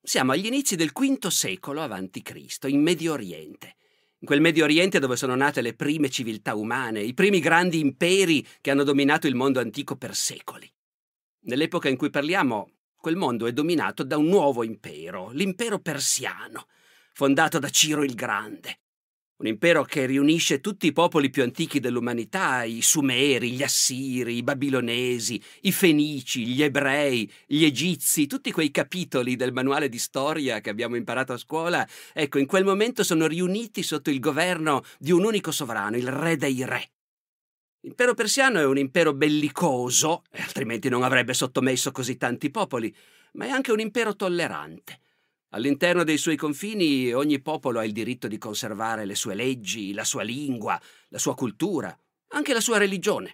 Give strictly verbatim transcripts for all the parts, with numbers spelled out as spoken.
Siamo agli inizi del quinto secolo avanti Cristo, in Medio Oriente. In quel Medio Oriente dove sono nate le prime civiltà umane, i primi grandi imperi che hanno dominato il mondo antico per secoli. Nell'epoca in cui parliamo, quel mondo è dominato da un nuovo impero, l'impero persiano, fondato da Ciro il Grande. Un impero che riunisce tutti i popoli più antichi dell'umanità, i Sumeri, gli Assiri, i Babilonesi, i Fenici, gli Ebrei, gli Egizi, tutti quei capitoli del manuale di storia che abbiamo imparato a scuola, ecco, in quel momento sono riuniti sotto il governo di un unico sovrano, il re dei re. L'impero persiano è un impero bellicoso, e altrimenti non avrebbe sottomesso così tanti popoli, ma è anche un impero tollerante. All'interno dei suoi confini ogni popolo ha il diritto di conservare le sue leggi, la sua lingua, la sua cultura, anche la sua religione.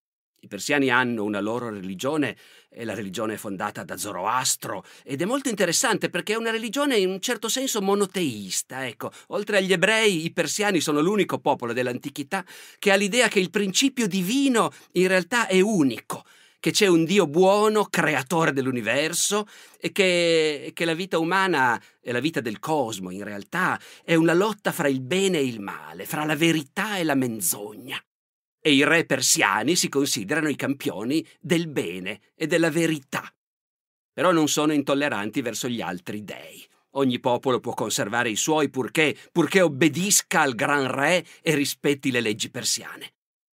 I persiani hanno una loro religione, e la religione è fondata da Zoroastro, ed è molto interessante perché è una religione in un certo senso monoteista. Ecco, oltre agli ebrei, i persiani sono l'unico popolo dell'antichità che ha l'idea che il principio divino in realtà è unico, che c'è un Dio buono, creatore dell'universo, e che, che la vita umana e la vita del cosmo, in realtà, è una lotta fra il bene e il male, fra la verità e la menzogna. E i re persiani si considerano i campioni del bene e della verità. Però non sono intolleranti verso gli altri dei. Ogni popolo può conservare i suoi purché, purché obbedisca al gran re e rispetti le leggi persiane.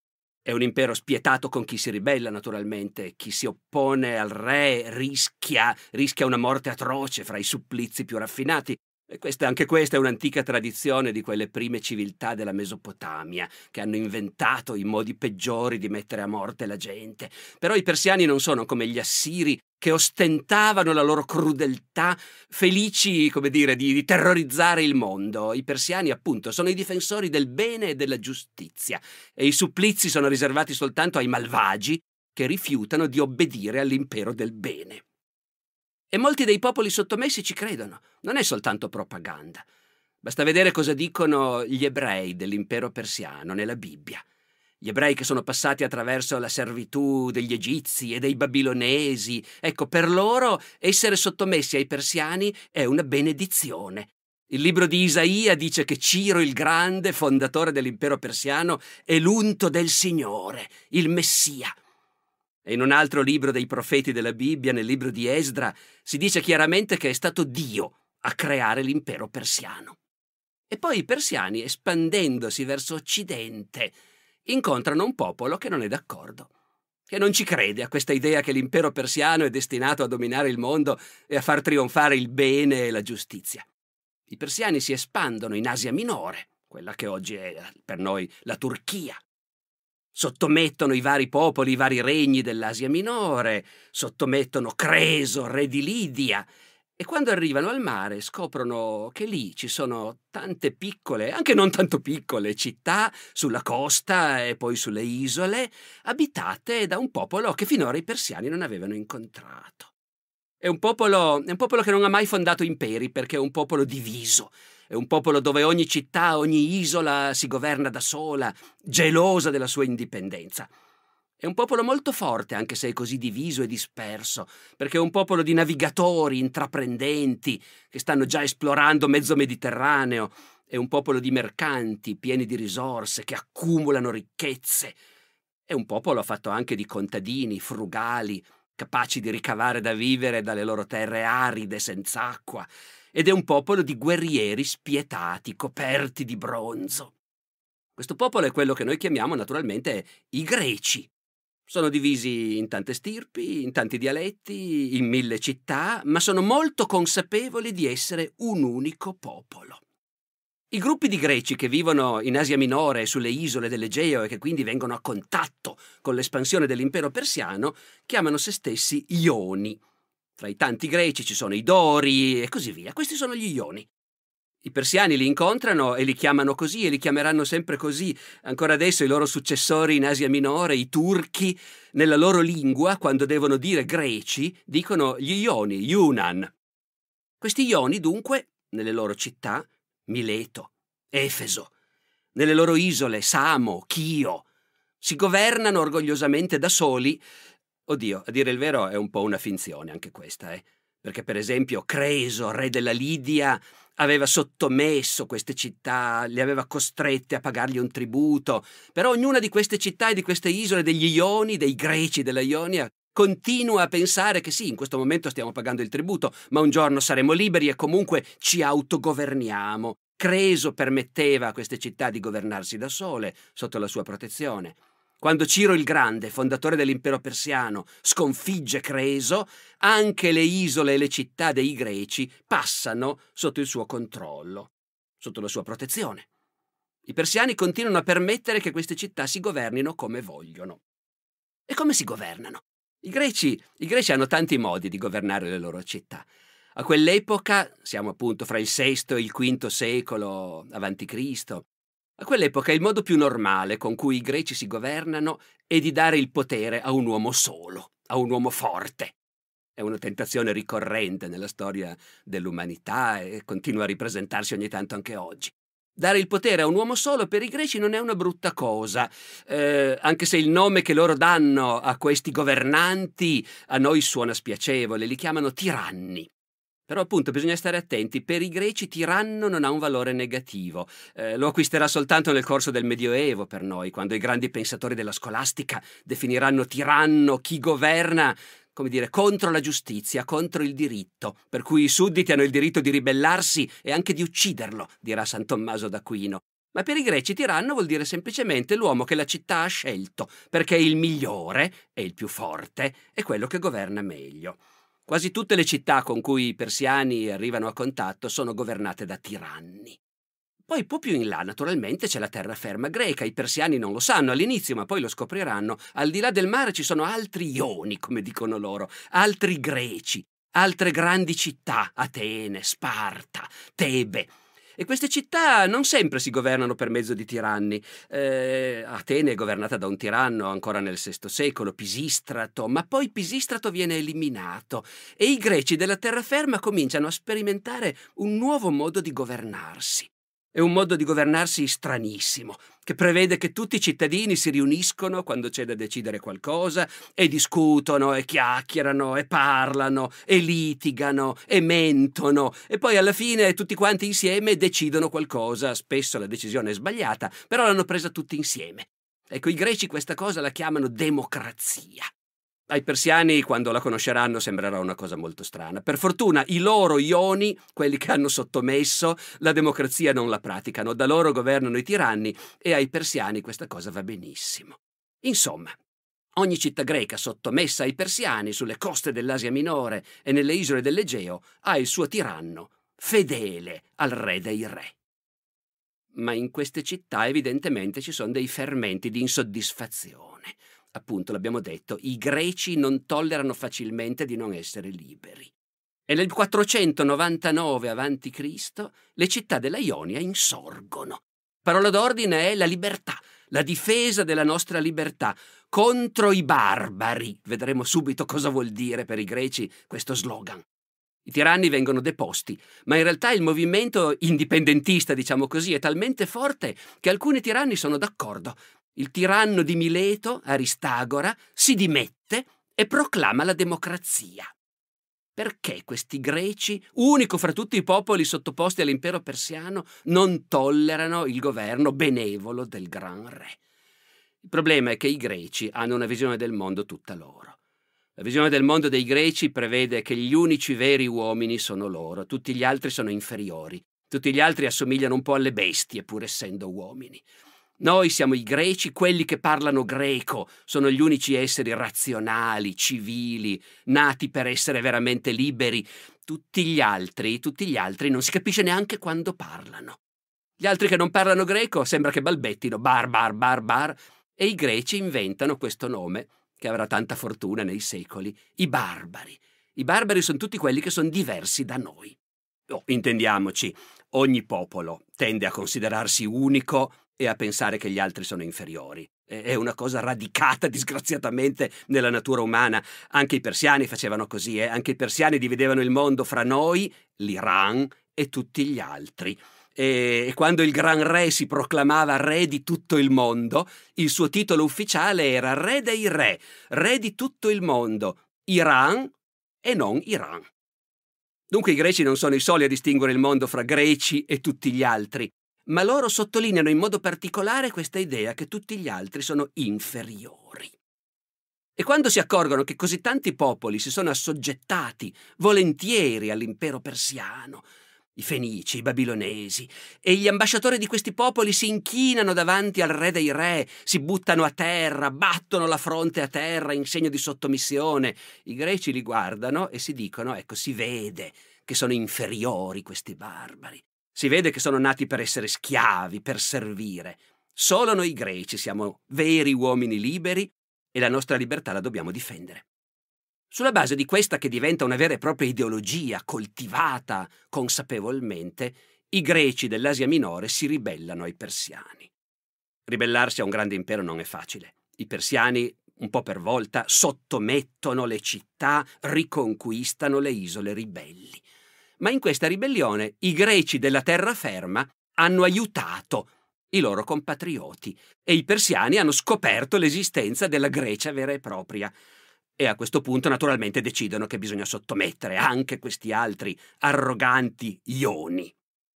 È un impero spietato con chi si ribella, naturalmente. Chi si oppone al re rischia, rischia una morte atroce fra i supplizi più raffinati. E questa, anche questa è un'antica tradizione di quelle prime civiltà della Mesopotamia, che hanno inventato i modi peggiori di mettere a morte la gente. Però i persiani non sono come gli assiri, che ostentavano la loro crudeltà, felici, come dire, di, di terrorizzare il mondo. I persiani, appunto, sono i difensori del bene e della giustizia, e i supplizi sono riservati soltanto ai malvagi che rifiutano di obbedire all'impero del bene. E molti dei popoli sottomessi ci credono, non è soltanto propaganda. Basta vedere cosa dicono gli ebrei dell'impero persiano nella Bibbia. Gli ebrei che sono passati attraverso la servitù degli egizi e dei babilonesi, ecco, per loro essere sottomessi ai persiani è una benedizione. Il libro di Isaia dice che Ciro il Grande, fondatore dell'impero persiano, è l'unto del Signore, il Messia. E in un altro libro dei profeti della Bibbia, nel libro di Esdra, si dice chiaramente che è stato Dio a creare l'impero persiano. E poi i persiani, espandendosi verso occidente, incontrano un popolo che non è d'accordo, che non ci crede a questa idea che l'impero persiano è destinato a dominare il mondo e a far trionfare il bene e la giustizia. I persiani si espandono in Asia Minore, quella che oggi è per noi la Turchia. Sottomettono i vari popoli, i vari regni dell'Asia Minore, sottomettono Creso, re di Lidia, e quando arrivano al mare scoprono che lì ci sono tante piccole, anche non tanto piccole, città sulla costa e poi sulle isole, abitate da un popolo che finora i persiani non avevano incontrato. È un popolo, è un popolo che non ha mai fondato imperi perché è un popolo diviso. È un popolo dove ogni città, ogni isola si governa da sola, gelosa della sua indipendenza. È un popolo molto forte, anche se è così diviso e disperso, perché è un popolo di navigatori, intraprendenti, che stanno già esplorando mezzo Mediterraneo. È un popolo di mercanti, pieni di risorse, che accumulano ricchezze. È un popolo fatto anche di contadini, frugali, capaci di ricavare da vivere dalle loro terre aride senza acqua. Ed è un popolo di guerrieri spietati, coperti di bronzo. Questo popolo è quello che noi chiamiamo naturalmente i greci. Sono divisi in tante stirpi, in tanti dialetti, in mille città, ma sono molto consapevoli di essere un unico popolo. I gruppi di greci che vivono in Asia Minore e sulle isole dell'Egeo e che quindi vengono a contatto con l'espansione dell'impero persiano chiamano se stessi Ioni. Tra i tanti greci ci sono i Dori e così via. Questi sono gli Ioni. I persiani li incontrano e li chiamano così e li chiameranno sempre così. Ancora adesso i loro successori in Asia Minore, i turchi, nella loro lingua, quando devono dire greci, dicono gli Ioni, Yunan. Questi Ioni, dunque, nelle loro città, Mileto, Efeso, nelle loro isole, Samo, Chio, si governano orgogliosamente da soli. Oddio, a dire il vero è un po' una finzione anche questa, eh? perché per esempio Creso, re della Lidia, aveva sottomesso queste città, le aveva costrette a pagargli un tributo, però ognuna di queste città e di queste isole degli Ioni, dei greci della Ionia, continua a pensare che sì, in questo momento stiamo pagando il tributo, ma un giorno saremo liberi e comunque ci autogoverniamo. Creso permetteva a queste città di governarsi da sole, sotto la sua protezione. Quando Ciro il Grande, fondatore dell'impero persiano, sconfigge Creso, anche le isole e le città dei greci passano sotto il suo controllo, sotto la sua protezione. I persiani continuano a permettere che queste città si governino come vogliono. E come si governano? I greci, i greci hanno tanti modi di governare le loro città. A quell'epoca, siamo appunto fra il sesto e il quinto secolo avanti Cristo, a quell'epoca il modo più normale con cui i greci si governano è di dare il potere a un uomo solo, a un uomo forte. È una tentazione ricorrente nella storia dell'umanità e continua a ripresentarsi ogni tanto anche oggi. Dare il potere a un uomo solo per i greci non è una brutta cosa, eh, anche se il nome che loro danno a questi governanti a noi suona spiacevole, li chiamano tiranni. Però appunto bisogna stare attenti, per i greci tiranno non ha un valore negativo, eh, lo acquisterà soltanto nel corso del Medioevo per noi, quando i grandi pensatori della scolastica definiranno tiranno chi governa, come dire, contro la giustizia, contro il diritto, per cui i sudditi hanno il diritto di ribellarsi e anche di ucciderlo, dirà San Tommaso d'Aquino. Ma per i greci tiranno vuol dire semplicemente l'uomo che la città ha scelto, perché è il migliore e il più forte, è quello che governa meglio. Quasi tutte le città con cui i persiani arrivano a contatto sono governate da tiranni. Poi un po' più in là, naturalmente, c'è la terraferma greca. I persiani non lo sanno all'inizio, ma poi lo scopriranno. Al di là del mare ci sono altri Ioni, come dicono loro, altri greci, altre grandi città, Atene, Sparta, Tebe. E queste città non sempre si governano per mezzo di tiranni. Eh, Atene è governata da un tiranno ancora nel sesto secolo, Pisistrato, ma poi Pisistrato viene eliminato e i greci della terraferma cominciano a sperimentare un nuovo modo di governarsi. È un modo di governarsi stranissimo, che prevede che tutti i cittadini si riuniscono quando c'è da decidere qualcosa e discutono e chiacchierano e parlano e litigano e mentono e poi alla fine tutti quanti insieme decidono qualcosa. Spesso la decisione è sbagliata, però l'hanno presa tutti insieme. Ecco, i greci questa cosa la chiamano democrazia. Ai persiani, quando la conosceranno, sembrerà una cosa molto strana. Per fortuna, i loro Ioni, quelli che hanno sottomesso, la democrazia non la praticano. Da loro governano i tiranni e ai persiani questa cosa va benissimo. Insomma, ogni città greca sottomessa ai persiani sulle coste dell'Asia Minore e nelle isole dell'Egeo ha il suo tiranno, fedele al re dei re. Ma in queste città evidentemente ci sono dei fermenti di insoddisfazione. Appunto, l'abbiamo detto, i greci non tollerano facilmente di non essere liberi. E nel quattrocentonovantanove avanti Cristo le città della Ionia insorgono. Parola d'ordine è la libertà, la difesa della nostra libertà contro i barbari. Vedremo subito cosa vuol dire per i greci questo slogan. I tiranni vengono deposti, ma in realtà il movimento indipendentista, diciamo così, è talmente forte che alcuni tiranni sono d'accordo. Il tiranno di Mileto, Aristagora, si dimette e proclama la democrazia. Perché questi greci, unico fra tutti i popoli sottoposti all'impero persiano, non tollerano il governo benevolo del gran re? Il problema è che i greci hanno una visione del mondo tutta loro. La visione del mondo dei greci prevede che gli unici veri uomini sono loro, tutti gli altri sono inferiori, tutti gli altri assomigliano un po' alle bestie, pur essendo uomini. Noi siamo i greci, quelli che parlano greco, sono gli unici esseri razionali, civili, nati per essere veramente liberi. Tutti gli altri, tutti gli altri non si capisce neanche quando parlano. Gli altri che non parlano greco sembra che balbettino, bar, bar, bar, bar, e i greci inventano questo nome, che avrà tanta fortuna nei secoli, i barbari. I barbari sono tutti quelli che sono diversi da noi. Oh, intendiamoci, ogni popolo tende a considerarsi unico e a pensare che gli altri sono inferiori. È una cosa radicata disgraziatamente nella natura umana. Anche i persiani facevano così, eh? Anche i persiani dividevano il mondo fra noi, l'Iran e tutti gli altri. E quando il gran re si proclamava re di tutto il mondo, il suo titolo ufficiale era re dei re, re di tutto il mondo, Iran e non Iran. Dunque i greci non sono i soli a distinguere il mondo fra greci e tutti gli altri, ma loro sottolineano in modo particolare questa idea che tutti gli altri sono inferiori. E quando si accorgono che così tanti popoli si sono assoggettati volentieri all'impero persiano, i Fenici, i Babilonesi, e gli ambasciatori di questi popoli si inchinano davanti al re dei re, si buttano a terra, battono la fronte a terra in segno di sottomissione, i greci li guardano e si dicono: ecco, si vede che sono inferiori questi barbari, si vede che sono nati per essere schiavi, per servire. Solo noi greci siamo veri uomini liberi e la nostra libertà la dobbiamo difendere. Sulla base di questa, che diventa una vera e propria ideologia coltivata consapevolmente, i greci dell'Asia Minore si ribellano ai persiani. Ribellarsi a un grande impero non è facile. I persiani, un po' per volta, sottomettono le città, riconquistano le isole ribelli. Ma in questa ribellione i greci della terraferma hanno aiutato i loro compatrioti e i persiani hanno scoperto l'esistenza della Grecia vera e propria. E a questo punto naturalmente decidono che bisogna sottomettere anche questi altri arroganti ioni.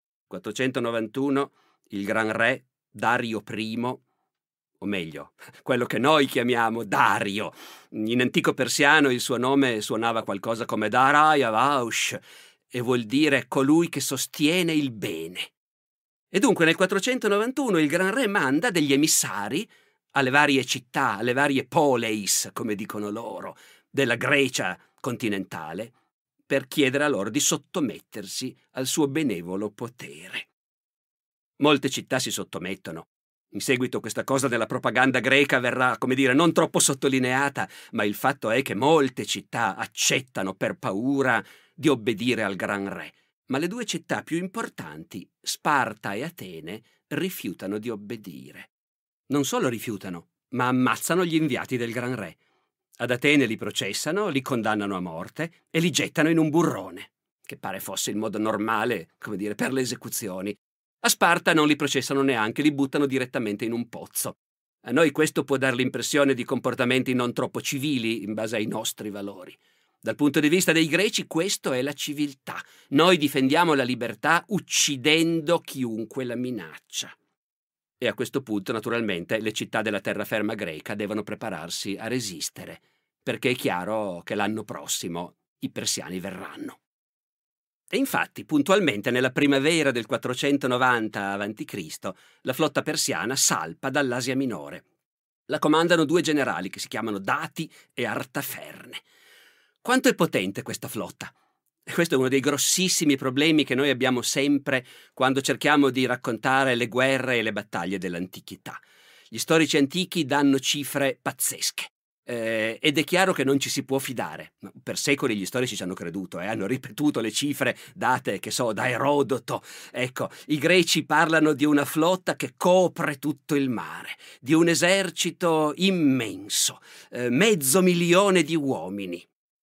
quattrocentonovantuno il gran re Dario primo, o meglio, quello che noi chiamiamo Dario. In antico persiano il suo nome suonava qualcosa come Daraya Vaush e vuol dire colui che sostiene il bene. E dunque nel quattrocentonovantuno il gran re manda degli emissari alle varie città, alle varie poleis, come dicono loro, della Grecia continentale, per chiedere a loro di sottomettersi al suo benevolo potere. Molte città si sottomettono. In seguito questa cosa nella propaganda greca verrà, come dire, non troppo sottolineata, ma il fatto è che molte città accettano per paura di obbedire al gran re. Ma le due città più importanti, Sparta e Atene, rifiutano di obbedire. Non solo rifiutano, ma ammazzano gli inviati del gran re. Ad Atene li processano, li condannano a morte e li gettano in un burrone, che pare fosse il modo normale, come dire, per le esecuzioni. A Sparta non li processano neanche, li buttano direttamente in un pozzo. A noi questo può dare l'impressione di comportamenti non troppo civili in base ai nostri valori. Dal punto di vista dei greci questo è la civiltà. Noi difendiamo la libertà uccidendo chiunque la minaccia. E a questo punto, naturalmente, le città della terraferma greca devono prepararsi a resistere, perché è chiaro che l'anno prossimo i persiani verranno. E infatti, puntualmente nella primavera del quattrocentonovanta avanti Cristo, la flotta persiana salpa dall'Asia Minore. La comandano due generali che si chiamano Dati e Artaferne. Quanto è potente questa flotta? E questo è uno dei grossissimi problemi che noi abbiamo sempre quando cerchiamo di raccontare le guerre e le battaglie dell'antichità. Gli storici antichi danno cifre pazzesche eh, ed è chiaro che non ci si può fidare. Per secoli gli storici ci hanno creduto, eh, hanno ripetuto le cifre date, che so, da Erodoto. Ecco, i greci parlano di una flotta che copre tutto il mare, di un esercito immenso, eh, mezzo milione di uomini.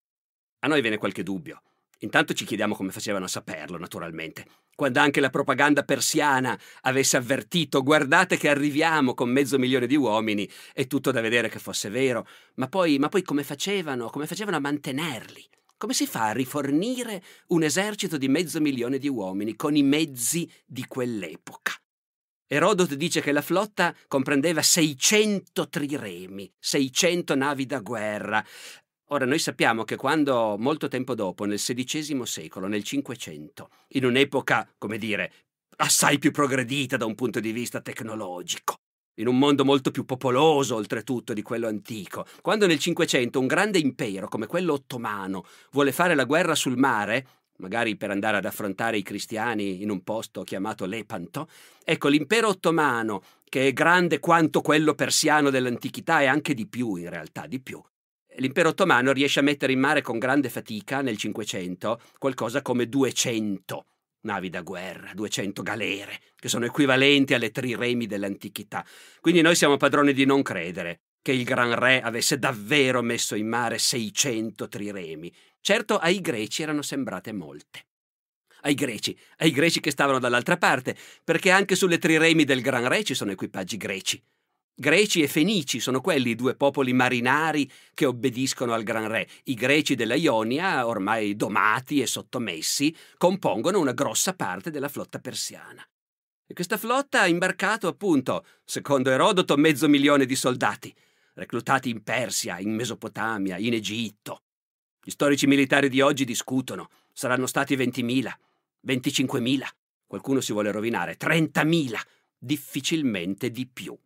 A noi viene qualche dubbio. Intanto ci chiediamo come facevano a saperlo, naturalmente. Quando anche la propaganda persiana avesse avvertito: guardate che arriviamo con mezzo milione di uomini, è tutto da vedere che fosse vero. Ma poi, ma poi come facevano? Come facevano a mantenerli? Come si fa a rifornire un esercito di mezzo milione di uomini con i mezzi di quell'epoca? Erodoto dice che la flotta comprendeva seicento triremi, seicento navi da guerra. Ora, noi sappiamo che quando, molto tempo dopo, nel sedicesimo secolo, nel Cinquecento, in un'epoca, come dire, assai più progredita da un punto di vista tecnologico, in un mondo molto più popoloso, oltretutto, di quello antico, quando nel Cinquecento un grande impero come quello ottomano vuole fare la guerra sul mare, magari per andare ad affrontare i cristiani in un posto chiamato Lepanto, ecco, l'impero ottomano, che è grande quanto quello persiano dell'antichità e anche di più, in realtà, di più, l'impero ottomano riesce a mettere in mare con grande fatica nel Cinquecento qualcosa come duecento navi da guerra, duecento galere, che sono equivalenti alle triremi dell'antichità. Quindi noi siamo padroni di non credere che il gran re avesse davvero messo in mare seicento triremi. Certo, ai greci erano sembrate molte. Ai greci, ai greci che stavano dall'altra parte, perché anche sulle triremi del gran re ci sono equipaggi greci. Greci e Fenici sono quelli i due popoli marinari che obbediscono al gran re. I greci della Ionia, ormai domati e sottomessi, compongono una grossa parte della flotta persiana. E questa flotta ha imbarcato, appunto, secondo Erodoto, mezzo milione di soldati, reclutati in Persia, in Mesopotamia, in Egitto. Gli storici militari di oggi discutono. Saranno stati ventimila, venticinquemila. Qualcuno si vuole rovinare. trentamila. Difficilmente di più.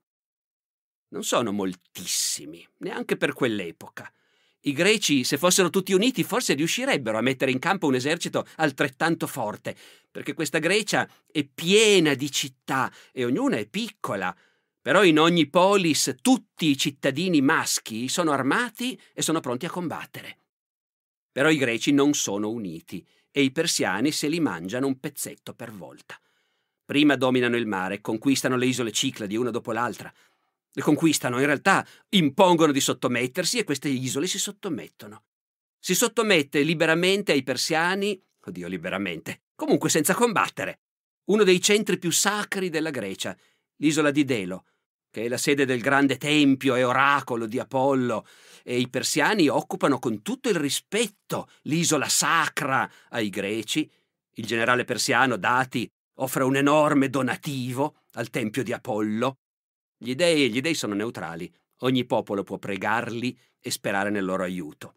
Non sono moltissimi, neanche per quell'epoca. I greci, se fossero tutti uniti, forse riuscirebbero a mettere in campo un esercito altrettanto forte, perché questa Grecia è piena di città e ognuna è piccola. Però in ogni polis tutti i cittadini maschi sono armati e sono pronti a combattere. Però i greci non sono uniti e i persiani se li mangiano un pezzetto per volta. Prima dominano il mare, conquistano le isole Cicladi una dopo l'altra. Le conquistano, in realtà impongono di sottomettersi e queste isole si sottomettono. Si sottomette liberamente ai persiani, oddio liberamente, comunque senza combattere, uno dei centri più sacri della Grecia, l'isola di Delo, che è la sede del grande tempio e oracolo di Apollo, e i persiani occupano con tutto il rispetto l'isola sacra ai greci. Il generale persiano Dati offre un enorme donativo al tempio di Apollo. Gli dei, gli dei sono neutrali, ogni popolo può pregarli e sperare nel loro aiuto.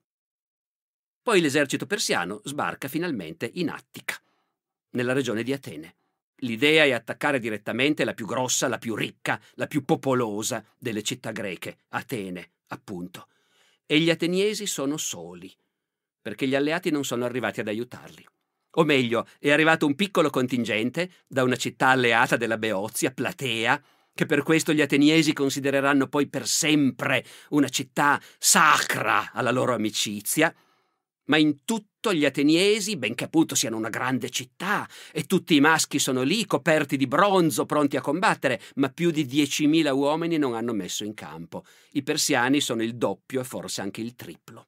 Poi l'esercito persiano sbarca finalmente in Attica, nella regione di Atene. L'idea è attaccare direttamente la più grossa, la più ricca, la più popolosa delle città greche, Atene, appunto. E gli ateniesi sono soli, perché gli alleati non sono arrivati ad aiutarli. O meglio, è arrivato un piccolo contingente da una città alleata della Beozia, Platea, che per questo gli ateniesi considereranno poi per sempre una città sacra alla loro amicizia, ma in tutto gli ateniesi, benché appunto siano una grande città e tutti i maschi sono lì coperti di bronzo pronti a combattere, ma più di diecimila uomini non hanno messo in campo. I persiani sono il doppio e forse anche il triplo.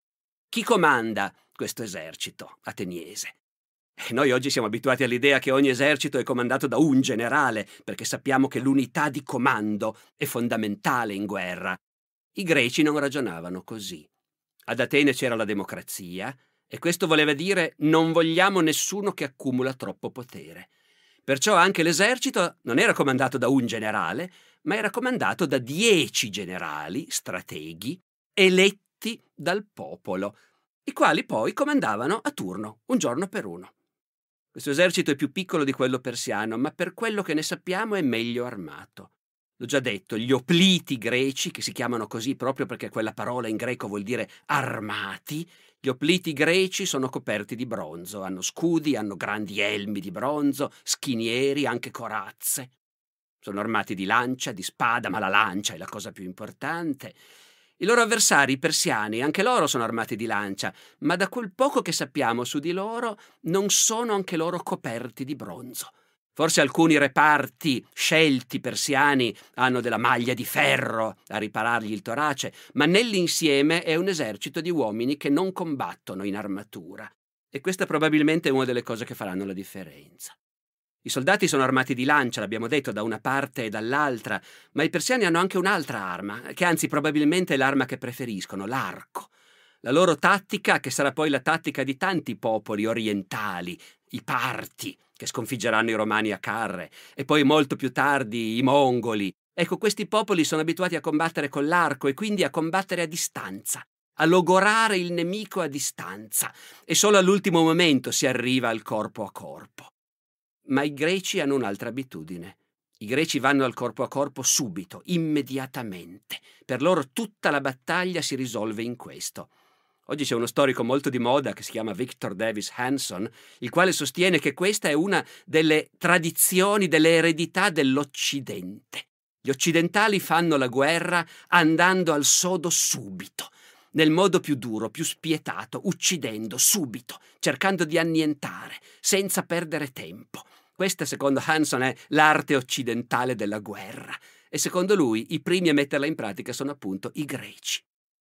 Chi comanda questo esercito ateniese? Noi oggi siamo abituati all'idea che ogni esercito è comandato da un generale, perché sappiamo che l'unità di comando è fondamentale in guerra. I greci non ragionavano così. Ad Atene c'era la democrazia, e questo voleva dire non vogliamo nessuno che accumula troppo potere. Perciò anche l'esercito non era comandato da un generale, ma era comandato da dieci generali, strateghi, eletti dal popolo, i quali poi comandavano a turno, un giorno per uno. Questo esercito è più piccolo di quello persiano, ma per quello che ne sappiamo è meglio armato. L'ho già detto, gli opliti greci, che si chiamano così proprio perché quella parola in greco vuol dire armati, gli opliti greci sono coperti di bronzo, hanno scudi, hanno grandi elmi di bronzo, schinieri, anche corazze. Sono armati di lancia, di spada, ma la lancia è la cosa più importante. I loro avversari, i persiani, anche loro sono armati di lancia, ma da quel poco che sappiamo su di loro, non sono anche loro coperti di bronzo. Forse alcuni reparti scelti persiani hanno della maglia di ferro a riparargli il torace, ma nell'insieme è un esercito di uomini che non combattono in armatura. E questa probabilmente è una delle cose che faranno la differenza. I soldati sono armati di lancia, l'abbiamo detto, da una parte e dall'altra, ma i persiani hanno anche un'altra arma, che anzi probabilmente è l'arma che preferiscono, l'arco. La loro tattica, che sarà poi la tattica di tanti popoli orientali, i Parti, che sconfiggeranno i Romani a Carre, e poi molto più tardi i Mongoli. Ecco, questi popoli sono abituati a combattere con l'arco e quindi a combattere a distanza, a logorare il nemico a distanza, e solo all'ultimo momento si arriva al corpo a corpo. Ma i greci hanno un'altra abitudine. I greci vanno al corpo a corpo subito, immediatamente. Per loro tutta la battaglia si risolve in questo. Oggi c'è uno storico molto di moda che si chiama Victor Davis Hanson, il quale sostiene che questa è una delle tradizioni, delle eredità dell'Occidente. Gli occidentali fanno la guerra andando al sodo subito, nel modo più duro, più spietato, uccidendo subito, cercando di annientare, senza perdere tempo. Questa, secondo Hanson, è l'arte occidentale della guerra, e secondo lui i primi a metterla in pratica sono appunto i greci.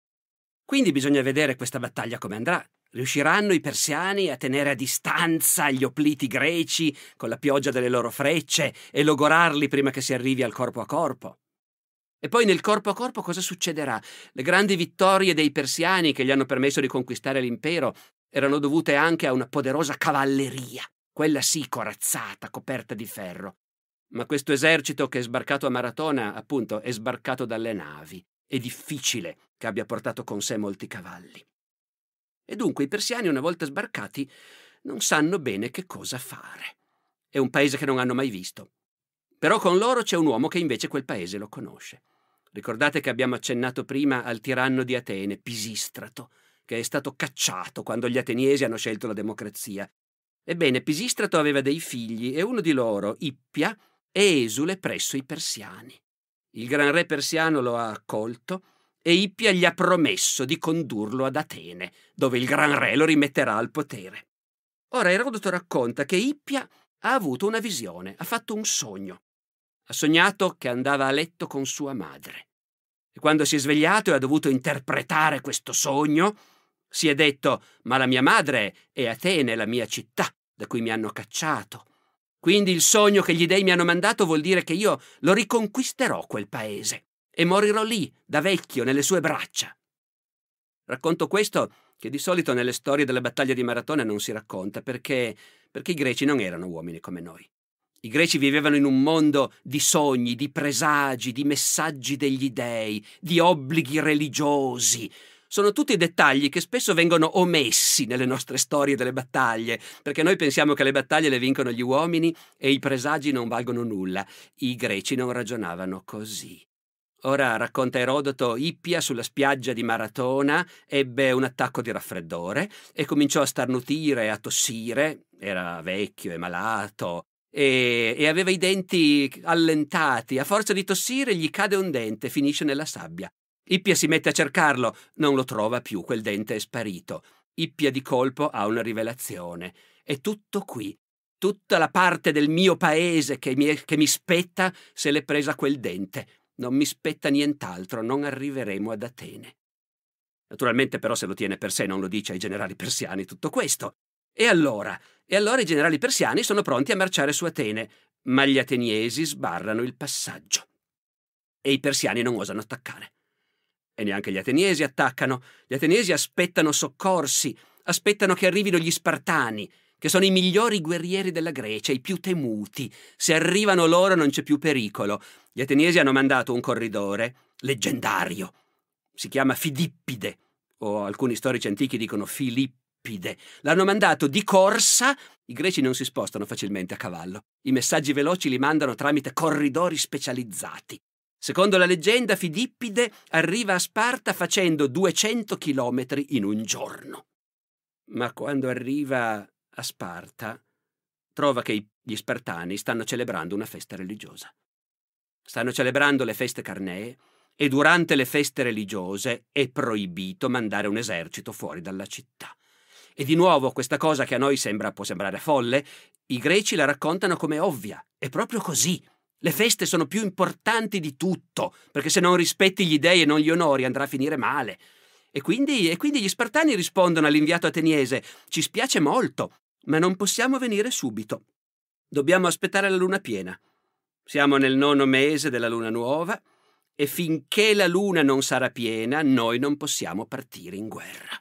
Quindi bisogna vedere questa battaglia come andrà. Riusciranno i persiani a tenere a distanza gli opliti greci con la pioggia delle loro frecce e logorarli prima che si arrivi al corpo a corpo? E poi nel corpo a corpo cosa succederà? Le grandi vittorie dei persiani che gli hanno permesso di conquistare l'impero erano dovute anche a una poderosa cavalleria, quella sì corazzata, coperta di ferro. Ma questo esercito che è sbarcato a Maratona, appunto, è sbarcato dalle navi. È difficile che abbia portato con sé molti cavalli. E dunque i persiani, una volta sbarcati, non sanno bene che cosa fare. È un paese che non hanno mai visto. Però con loro c'è un uomo che invece quel paese lo conosce. Ricordate che abbiamo accennato prima al tiranno di Atene, Pisistrato, che è stato cacciato quando gli ateniesi hanno scelto la democrazia. Ebbene, Pisistrato aveva dei figli e uno di loro, Ippia, è esule presso i persiani. Il gran re persiano lo ha accolto e Ippia gli ha promesso di condurlo ad Atene, dove il gran re lo rimetterà al potere. Ora Erodoto racconta che Ippia ha avuto una visione, ha fatto un sogno. Ha sognato che andava a letto con sua madre. E quando si è svegliato e ha dovuto interpretare questo sogno, si è detto: ma la mia madre è Atene, la mia città, da cui mi hanno cacciato. Quindi il sogno che gli dei mi hanno mandato vuol dire che io lo riconquisterò quel paese e morirò lì, da vecchio, nelle sue braccia. Racconto questo che di solito nelle storie della battaglia di Maratona non si racconta, perché, perché i greci non erano uomini come noi. I greci vivevano in un mondo di sogni, di presagi, di messaggi degli dei, di obblighi religiosi. Sono tutti dettagli che spesso vengono omessi nelle nostre storie delle battaglie, perché noi pensiamo che le battaglie le vincono gli uomini e i presagi non valgono nulla. I greci non ragionavano così. Ora, racconta Erodoto, Ippia sulla spiaggia di Maratona ebbe un attacco di raffreddore e cominciò a starnutire e a tossire. Era vecchio e malato e, e aveva i denti allentati. A forza di tossire gli cade un dente, finisce nella sabbia. Ippia si mette a cercarlo, non lo trova più, quel dente è sparito. Ippia di colpo ha una rivelazione. È tutto qui. Tutta la parte del mio paese che mi, che mi spetta se l'è presa quel dente. Non mi spetta nient'altro, non arriveremo ad Atene. Naturalmente però se lo tiene per sé, non lo dice ai generali persiani tutto questo. E allora? E allora i generali persiani sono pronti a marciare su Atene, ma gli ateniesi sbarrano il passaggio. E i persiani non osano attaccare. E neanche gli ateniesi attaccano. Gli ateniesi aspettano soccorsi, aspettano che arrivino gli spartani, che sono i migliori guerrieri della Grecia, i più temuti. Se arrivano loro non c'è più pericolo. Gli ateniesi hanno mandato un corridore leggendario. Si chiama Fidippide, o alcuni storici antichi dicono Filippide. L'hanno mandato di corsa. I greci non si spostano facilmente a cavallo. I messaggi veloci li mandano tramite corridori specializzati. Secondo la leggenda, Fidippide arriva a Sparta facendo duecento chilometri in un giorno. Ma quando arriva a Sparta, trova che gli spartani stanno celebrando una festa religiosa. Stanno celebrando le feste carnee e durante le feste religiose è proibito mandare un esercito fuori dalla città. E di nuovo questa cosa che a noi sembra, può sembrare folle, i greci la raccontano come ovvia. È proprio così. Le feste sono più importanti di tutto, perché se non rispetti gli dei e non li onori andrà a finire male. E quindi, e quindi gli spartani rispondono all'inviato ateniese: ci spiace molto, ma non possiamo venire subito. Dobbiamo aspettare la luna piena. Siamo nel nono mese della luna nuova e finché la luna non sarà piena noi non possiamo partire in guerra.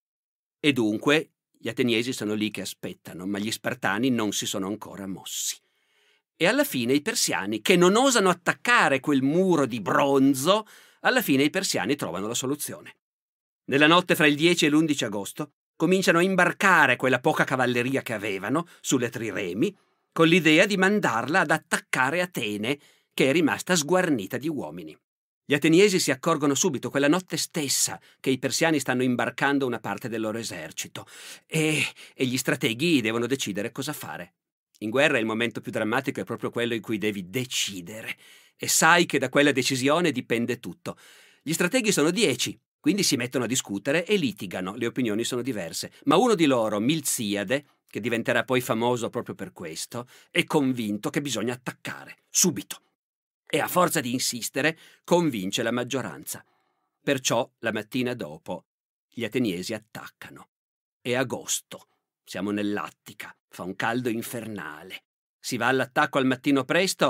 E dunque gli ateniesi sono lì che aspettano, ma gli spartani non si sono ancora mossi. E alla fine i persiani, che non osano attaccare quel muro di bronzo, alla fine i persiani trovano la soluzione. Nella notte fra il dieci e l'undici agosto cominciano a imbarcare quella poca cavalleria che avevano sulle triremi, con l'idea di mandarla ad attaccare Atene, che è rimasta sguarnita di uomini. Gli ateniesi si accorgono subito, quella notte stessa, che i persiani stanno imbarcando una parte del loro esercito e, e gli strateghi devono decidere cosa fare. In guerra il momento più drammatico è proprio quello in cui devi decidere e sai che da quella decisione dipende tutto. Gli strateghi sono dieci, quindi si mettono a discutere e litigano, le opinioni sono diverse, ma uno di loro, Milziade, che diventerà poi famoso proprio per questo, è convinto che bisogna attaccare, subito. E a forza di insistere, convince la maggioranza. Perciò, la mattina dopo, gli ateniesi attaccano. È agosto, siamo nell'Attica, fa un caldo infernale. Si va all'attacco al mattino presto,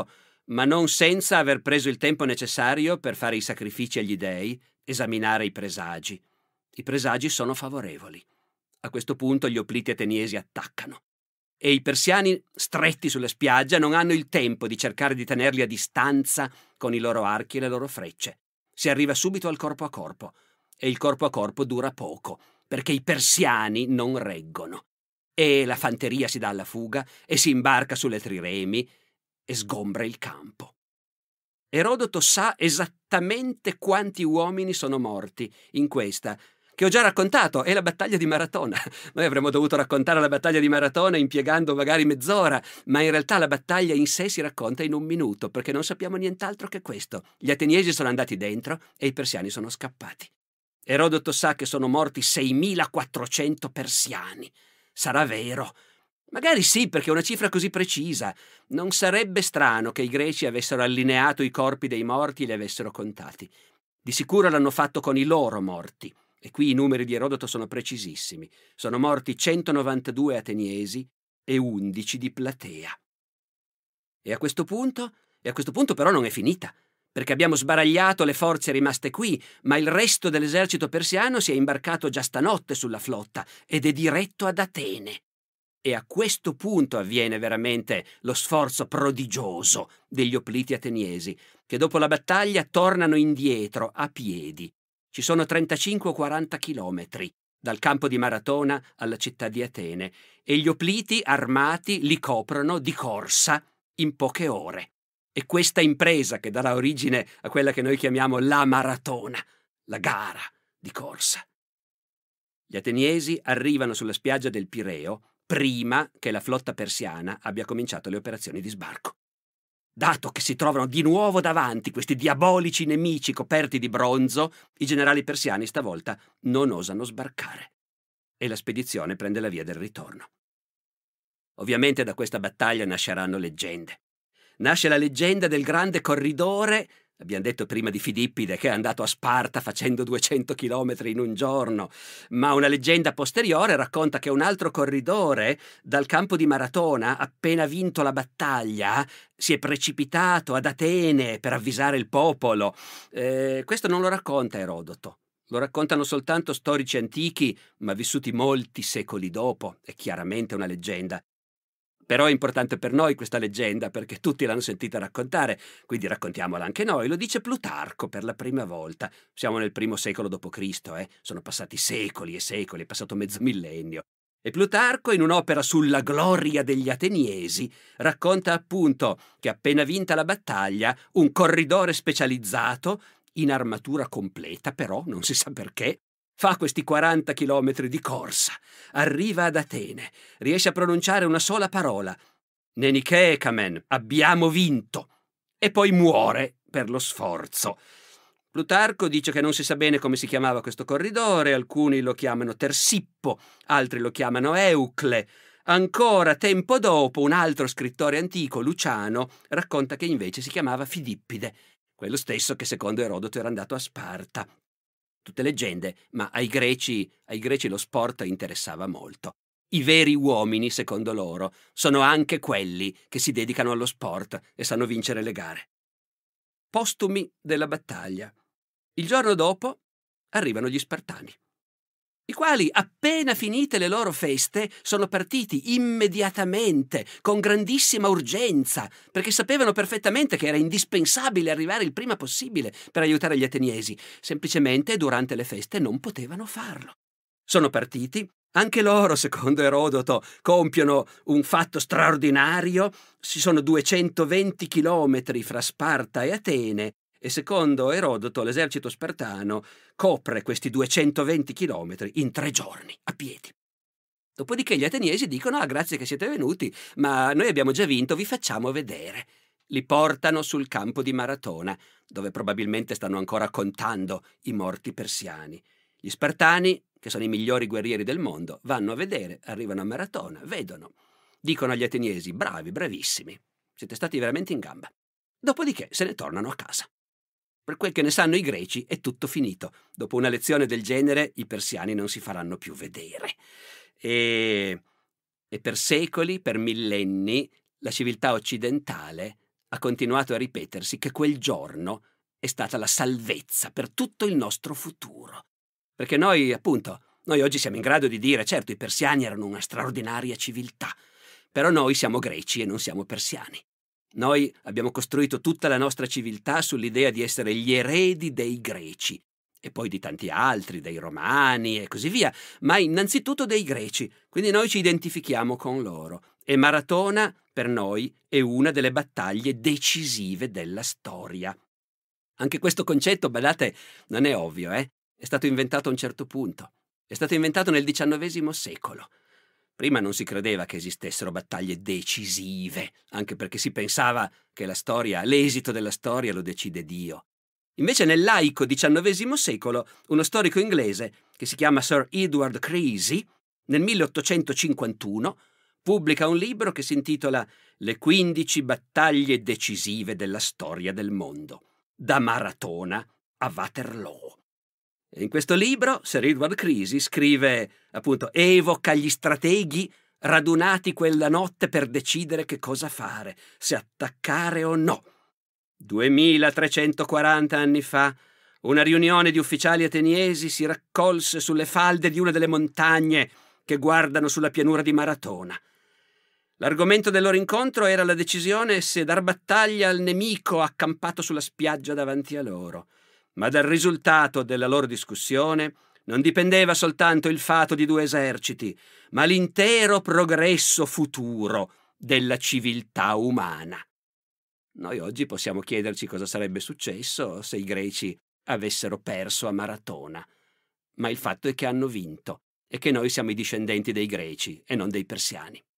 ma non senza aver preso il tempo necessario per fare i sacrifici agli dei, esaminare i presagi. I presagi sono favorevoli. A questo punto gli opliti ateniesi attaccano e i persiani, stretti sulla spiaggia, non hanno il tempo di cercare di tenerli a distanza con i loro archi e le loro frecce. Si arriva subito al corpo a corpo e il corpo a corpo dura poco perché i persiani non reggono e la fanteria si dà alla fuga e si imbarca sulle triremi e sgombra il campo. Erodoto sa esattamente quanti uomini sono morti in questa, che ho già raccontato, è la battaglia di Maratona. Noi avremmo dovuto raccontare la battaglia di Maratona impiegando magari mezz'ora, ma in realtà la battaglia in sé si racconta in un minuto, perché non sappiamo nient'altro che questo. Gli ateniesi sono andati dentro e i persiani sono scappati. Erodoto sa che sono morti seimilaquattrocento persiani. Sarà vero? Magari sì, perché è una cifra così precisa. Non sarebbe strano che i greci avessero allineato i corpi dei morti e li avessero contati. Di sicuro l'hanno fatto con i loro morti. E qui i numeri di Erodoto sono precisissimi. Sono morti centonovantadue ateniesi e undici di Platea. E a questo punto? E a questo punto però non è finita, perché abbiamo sbaragliato le forze rimaste qui, ma il resto dell'esercito persiano si è imbarcato già stanotte sulla flotta ed è diretto ad Atene. E a questo punto avviene veramente lo sforzo prodigioso degli opliti ateniesi, che dopo la battaglia tornano indietro a piedi. Ci sono trentacinque o quaranta chilometri dal campo di Maratona alla città di Atene e gli opliti armati li coprono di corsa in poche ore. E questa impresa che darà origine a quella che noi chiamiamo la maratona, la gara di corsa. Gli ateniesi arrivano sulla spiaggia del Pireo prima che la flotta persiana abbia cominciato le operazioni di sbarco. Dato che si trovano di nuovo davanti questi diabolici nemici coperti di bronzo, i generali persiani stavolta non osano sbarcare e la spedizione prende la via del ritorno. Ovviamente da questa battaglia nasceranno leggende. Nasce la leggenda del grande corridore, abbiamo detto prima di Filippide che è andato a Sparta facendo duecento chilometri in un giorno, ma una leggenda posteriore racconta che un altro corridore dal campo di Maratona, appena vinto la battaglia, si è precipitato ad Atene per avvisare il popolo. Eh, questo non lo racconta Erodoto, lo raccontano soltanto storici antichi, ma vissuti molti secoli dopo, è chiaramente una leggenda. Però è importante per noi questa leggenda perché tutti l'hanno sentita raccontare, quindi raccontiamola anche noi. Lo dice Plutarco per la prima volta. Siamo nel primo secolo dopo Cristo, eh? Sono passati secoli e secoli, è passato mezzo millennio. E Plutarco, in un'opera sulla gloria degli ateniesi, racconta appunto che appena vinta la battaglia, un corridore specializzato, in armatura completa però, non si sa perché, fa questi quaranta chilometri di corsa, arriva ad Atene, riesce a pronunciare una sola parola, Nenikeekamen, abbiamo vinto, e poi muore per lo sforzo. Plutarco dice che non si sa bene come si chiamava questo corridore, alcuni lo chiamano Tersippo, altri lo chiamano Eucle. Ancora tempo dopo un altro scrittore antico, Luciano, racconta che invece si chiamava Filippide, quello stesso che secondo Erodoto era andato a Sparta. Tutte leggende, ma ai greci, ai greci lo sport interessava molto. I veri uomini, secondo loro, sono anche quelli che si dedicano allo sport e sanno vincere le gare. Postumi della battaglia. Il giorno dopo arrivano gli Spartani, i quali, appena finite le loro feste, sono partiti immediatamente, con grandissima urgenza, perché sapevano perfettamente che era indispensabile arrivare il prima possibile per aiutare gli ateniesi. Semplicemente, durante le feste non potevano farlo. Sono partiti, anche loro, secondo Erodoto, compiono un fatto straordinario. Ci sono duecentoventi chilometri fra Sparta e Atene, e secondo Erodoto l'esercito spartano copre questi duecentoventi chilometri in tre giorni, a piedi. Dopodiché gli ateniesi dicono: ah, grazie che siete venuti, ma noi abbiamo già vinto, vi facciamo vedere. Li portano sul campo di Maratona, dove probabilmente stanno ancora contando i morti persiani. Gli spartani, che sono i migliori guerrieri del mondo, vanno a vedere, arrivano a Maratona, vedono, dicono agli ateniesi: bravi, bravissimi, siete stati veramente in gamba. Dopodiché se ne tornano a casa. Per quel che ne sanno i greci è tutto finito. Dopo una lezione del genere i persiani non si faranno più vedere. E, e per secoli, per millenni, la civiltà occidentale ha continuato a ripetersi che quel giorno è stata la salvezza per tutto il nostro futuro. Perché noi, appunto, noi oggi siamo in grado di dire, certo, i persiani erano una straordinaria civiltà, però noi siamo greci e non siamo persiani. Noi abbiamo costruito tutta la nostra civiltà sull'idea di essere gli eredi dei greci, e poi di tanti altri, dei romani e così via, ma innanzitutto dei greci, quindi noi ci identifichiamo con loro. E Maratona, per noi, è una delle battaglie decisive della storia. Anche questo concetto, badate, non è ovvio, eh? È stato inventato a un certo punto. È stato inventato nel diciannovesimo secolo. Prima non si credeva che esistessero battaglie decisive, anche perché si pensava che la storia, l'esito della storia lo decide Dio. Invece nel laico diciannovesimo secolo, uno storico inglese, che si chiama Sir Edward Creasy, nel milleottocentocinquantuno, pubblica un libro che si intitola Le quindici battaglie decisive della storia del mondo, da Maratona a Waterloo. E in questo libro Sir Edward Creasy scrive, appunto, evoca gli strateghi radunati quella notte per decidere che cosa fare, se attaccare o no. duemilatrecentoquaranta anni fa, una riunione di ufficiali ateniesi si raccolse sulle falde di una delle montagne che guardano sulla pianura di Maratona. L'argomento del loro incontro era la decisione se dar battaglia al nemico accampato sulla spiaggia davanti a loro. Ma dal risultato della loro discussione non dipendeva soltanto il fato di due eserciti, ma l'intero progresso futuro della civiltà umana. Noi oggi possiamo chiederci cosa sarebbe successo se i greci avessero perso a Maratona, ma il fatto è che hanno vinto e che noi siamo i discendenti dei greci e non dei persiani.